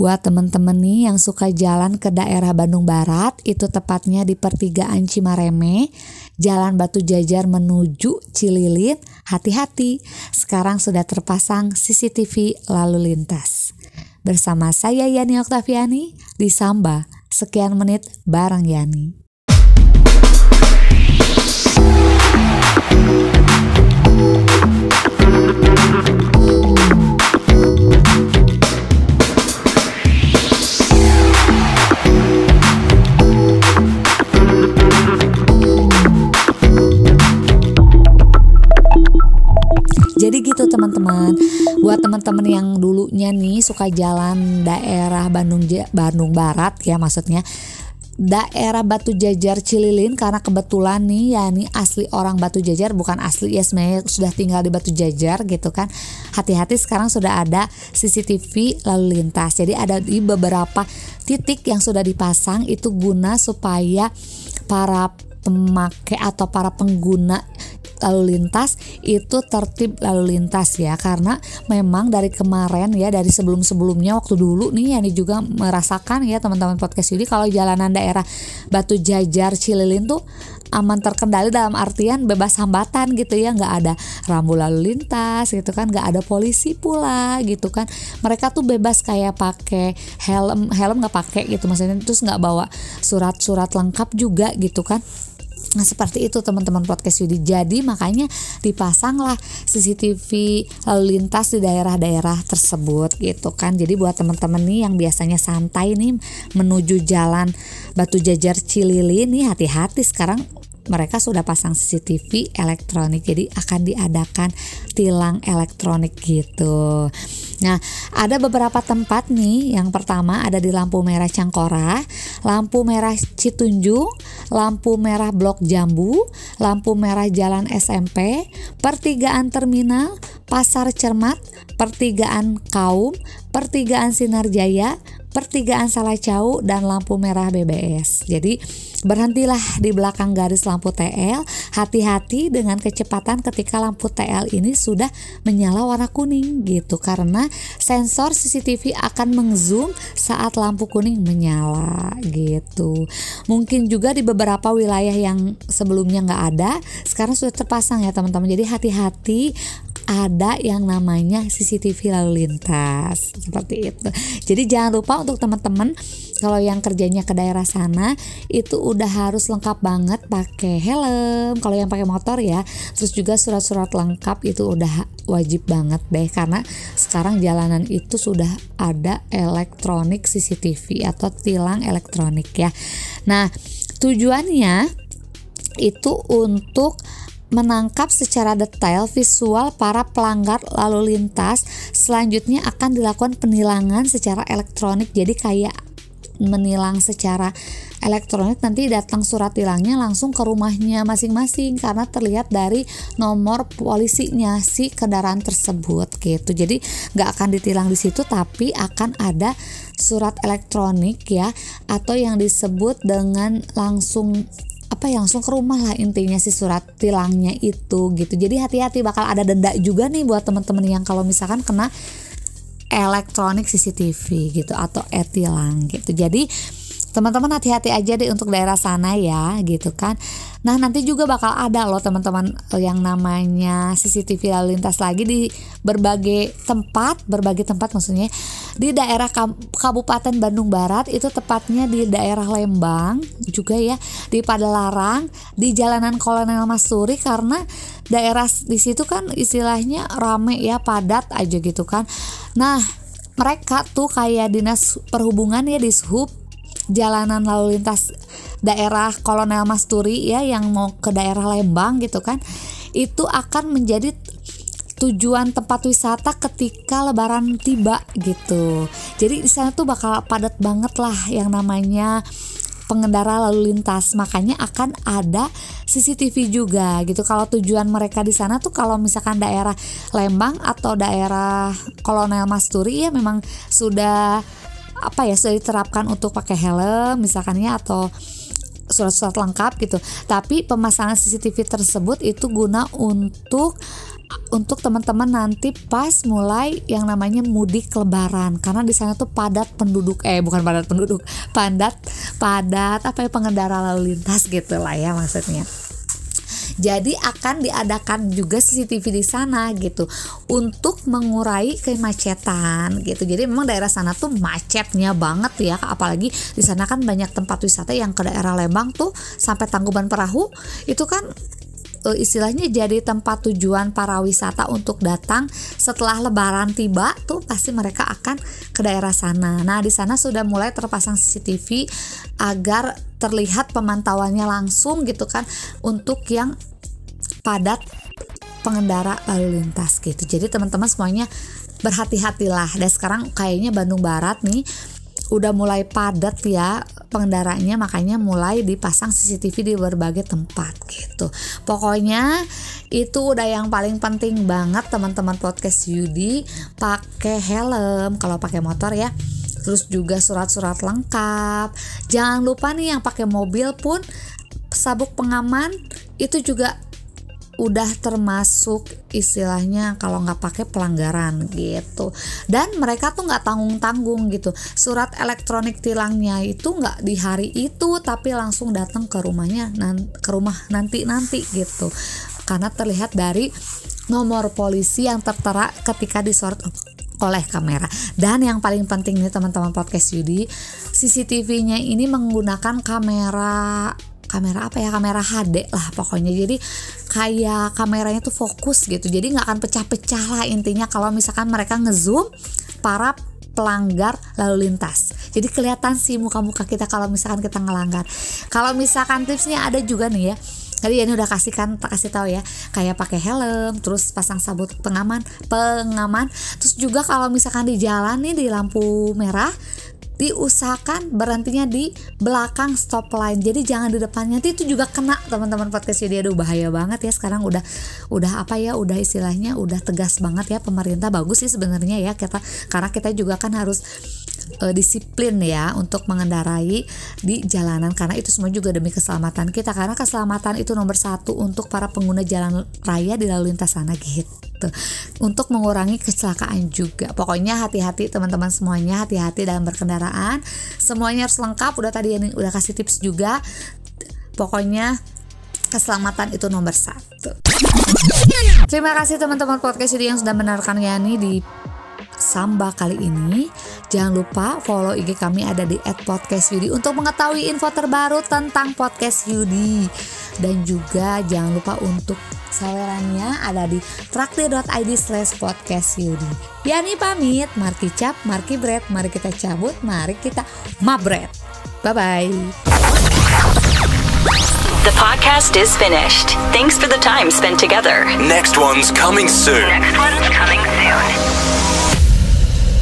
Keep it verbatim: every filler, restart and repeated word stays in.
Buat temen-temen nih yang suka jalan ke daerah Bandung Barat, itu tepatnya di pertigaan Cimareme, Jalan Batu Jajar menuju Cililin, hati-hati, sekarang sudah terpasang C C T V lalu lintas. Bersama saya Yani Oktaviani di Samba, sekian menit bareng Yani. Jadi gitu teman-teman, buat teman-teman yang dulunya nih suka jalan daerah Bandung Bandung Barat ya, maksudnya daerah Batu Jajar Cililin, karena kebetulan nih ya nih asli orang Batu Jajar, bukan asli ya sebenarnya sudah tinggal di Batu Jajar gitu kan. Hati-hati, sekarang sudah ada C C T V lalu lintas. Jadi ada di beberapa titik yang sudah dipasang itu guna supaya para pemakai atau para pengguna lalu lintas itu tertib lalu lintas ya, karena memang dari kemarin ya, dari sebelum-sebelumnya waktu dulu nih Yani juga merasakan ya teman-teman podcast ini, kalau jalanan daerah Batu Jajar Cililin tuh aman terkendali dalam artian bebas hambatan gitu ya, nggak ada rambu lalu lintas gitu kan, nggak ada polisi pula gitu kan, mereka tuh bebas kayak pakai helm helm nggak pakai gitu maksudnya, terus nggak bawa surat-surat lengkap juga gitu kan. Nah seperti itu teman-teman podcast Yudi. Jadi makanya dipasanglah C C T V lalu lintas di daerah-daerah tersebut gitu kan. Jadi buat teman-teman nih yang biasanya santai nih menuju jalan Batu Jajar Cililin nih, hati-hati, sekarang mereka sudah pasang C C T V elektronik, jadi akan diadakan tilang elektronik gitu. Nah, ada beberapa tempat nih. Yang pertama ada di lampu merah Cangkora, lampu merah Citunjung, lampu merah Blok Jambu, lampu merah Jalan S M P, pertigaan Terminal, Pasar Cermat, pertigaan Kaum, pertigaan Sinarjaya, pertigaan Salacau, dan lampu merah B B S. Jadi berhentilah di belakang garis lampu T L. Hati-hati dengan kecepatan ketika lampu T L ini sudah menyala warna kuning gitu, karena sensor C C T V akan mengzoom saat lampu kuning menyala gitu. Mungkin juga di beberapa wilayah yang sebelumnya nggak ada, sekarang sudah terpasang ya teman-teman. Jadi hati-hati, ada yang namanya C C T V lalu lintas seperti itu. Jadi jangan lupa untuk teman-teman kalau yang kerjanya ke daerah sana itu udah harus lengkap banget pakai helm kalau yang pakai motor ya. Terus juga surat-surat lengkap itu udah wajib banget deh, karena sekarang jalanan itu sudah ada elektronik C C T V atau tilang elektronik ya. Nah, tujuannya itu untuk menangkap secara detail visual para pelanggar lalu lintas. Selanjutnya akan dilakukan penilangan secara elektronik. Jadi kayak menilang secara elektronik, nanti datang surat tilangnya langsung ke rumahnya masing-masing karena terlihat dari nomor polisinya si kendaraan tersebut gitu. Jadi nggak akan ditilang di situ, tapi akan ada surat elektronik ya, atau yang disebut dengan langsung apa ya, langsung ke rumah lah intinya si surat tilangnya itu gitu. Jadi hati-hati, bakal ada denda juga nih buat teman-teman yang kalau misalkan kena elektronik C C T V gitu atau e-tilang gitu. Jadi teman-teman hati-hati aja deh untuk daerah sana ya gitu kan. Nah nanti juga bakal ada loh teman-teman yang namanya C C T V lalu lintas lagi di berbagai tempat, berbagai tempat maksudnya di daerah Kabupaten Bandung Barat, itu tepatnya di daerah Lembang juga ya, di Padalarang, di Jalanan Kolonel Masturi, karena daerah di situ kan istilahnya rame ya, padat aja gitu kan. Nah mereka tuh kayak dinas perhubungan ya, Dishub, jalanan lalu lintas daerah Kolonel Masturi ya yang mau ke daerah Lembang gitu kan, itu akan menjadi tujuan tempat wisata ketika Lebaran tiba gitu. Jadi di sana tuh bakal padat banget lah yang namanya pengendara lalu lintas, makanya akan ada C C T V juga gitu. Kalau tujuan mereka di sana tuh kalau misalkan daerah Lembang atau daerah Kolonel Masturi ya memang sudah apa ya, sudah diterapkan untuk pakai helm misalkannya atau surat-surat lengkap gitu. Tapi pemasangan C C T V tersebut itu guna untuk untuk teman-teman nanti pas mulai yang namanya mudik lebaran, karena di sana tuh padat penduduk eh bukan padat penduduk padat padat apa ya pengendara lalu lintas gitu lah ya maksudnya. Jadi akan diadakan juga C C T V di sana gitu untuk mengurai kemacetan gitu. Jadi memang daerah sana tuh macetnya banget ya, apalagi di sana kan banyak tempat wisata yang ke daerah Lembang tuh sampai Tangkuban Perahu itu kan uh, istilahnya jadi tempat tujuan para wisata untuk datang setelah Lebaran tiba tuh pasti mereka akan ke daerah sana. Nah di sana sudah mulai terpasang C C T V agar terlihat pemantauannya langsung gitu kan untuk yang padat pengendara lalu lintas gitu. Jadi teman-teman semuanya berhati-hatilah. Dan sekarang kayaknya Bandung Barat nih udah mulai padat ya pengendaranya, makanya mulai dipasang C C T V di berbagai tempat gitu. Pokoknya itu udah yang paling penting banget teman-teman podcast Yudi, pakai helm kalau pakai motor ya. Terus juga surat-surat lengkap. Jangan lupa nih yang pakai mobil pun sabuk pengaman itu juga udah termasuk istilahnya kalau nggak pakai pelanggaran gitu. Dan mereka tuh nggak tanggung-tanggung gitu. Surat elektronik tilangnya itu nggak di hari itu, tapi langsung datang ke rumahnya ke rumah nanti-nanti gitu. Karena terlihat dari nomor polisi yang tertera ketika disorot oleh kamera. Dan yang paling penting nih teman-teman podcast Yudi, C C T V-nya ini menggunakan kamera kamera apa ya kamera H D lah pokoknya. Jadi kayak kameranya tuh fokus gitu, jadi nggak akan pecah-pecah lah intinya kalau misalkan mereka ngezoom para pelanggar lalu lintas. Jadi kelihatan sih muka-muka kita kalau misalkan kita ngelanggar. Kalau misalkan tipsnya ada juga nih ya, tadi ini udah kasih kan kasih tahu ya, kayak pakai helm, terus pasang sabuk pengaman pengaman terus juga kalau misalkan di jalan nih di lampu merah diusahakan berhentinya di belakang stop line, jadi jangan di depannya. Nanti itu juga kena teman-teman podcast jadi aduh bahaya banget ya. Sekarang udah udah apa ya udah istilahnya udah tegas banget ya pemerintah. Bagus sih sebenarnya ya kita, karena kita juga kan harus uh, disiplin ya untuk mengendarai di jalanan, karena itu semua juga demi keselamatan kita, karena keselamatan itu nomor satu untuk para pengguna jalan raya di lalu lintas sana gitu, untuk mengurangi kecelakaan juga. Pokoknya hati-hati teman-teman semuanya, hati-hati dalam berkendaraan, semuanya harus lengkap. Udah tadi yang udah kasih tips juga, pokoknya keselamatan itu nomor satu. Terima kasih teman-teman podcast ini yang sudah mendengarkan Yani di Samba kali ini. Jangan lupa follow I G kami ada di et podcast yudi untuk mengetahui info terbaru tentang podcast Yudi. Dan juga jangan lupa untuk sawerannya ada di traktir dot i d slash podcast yudi. Yani pamit, marki cap, marki bread, mari kita cabut, mari kita mabret. Bye bye. The podcast is finished. Thanks for the time spent together. Next one's coming soon. Next one's coming soon.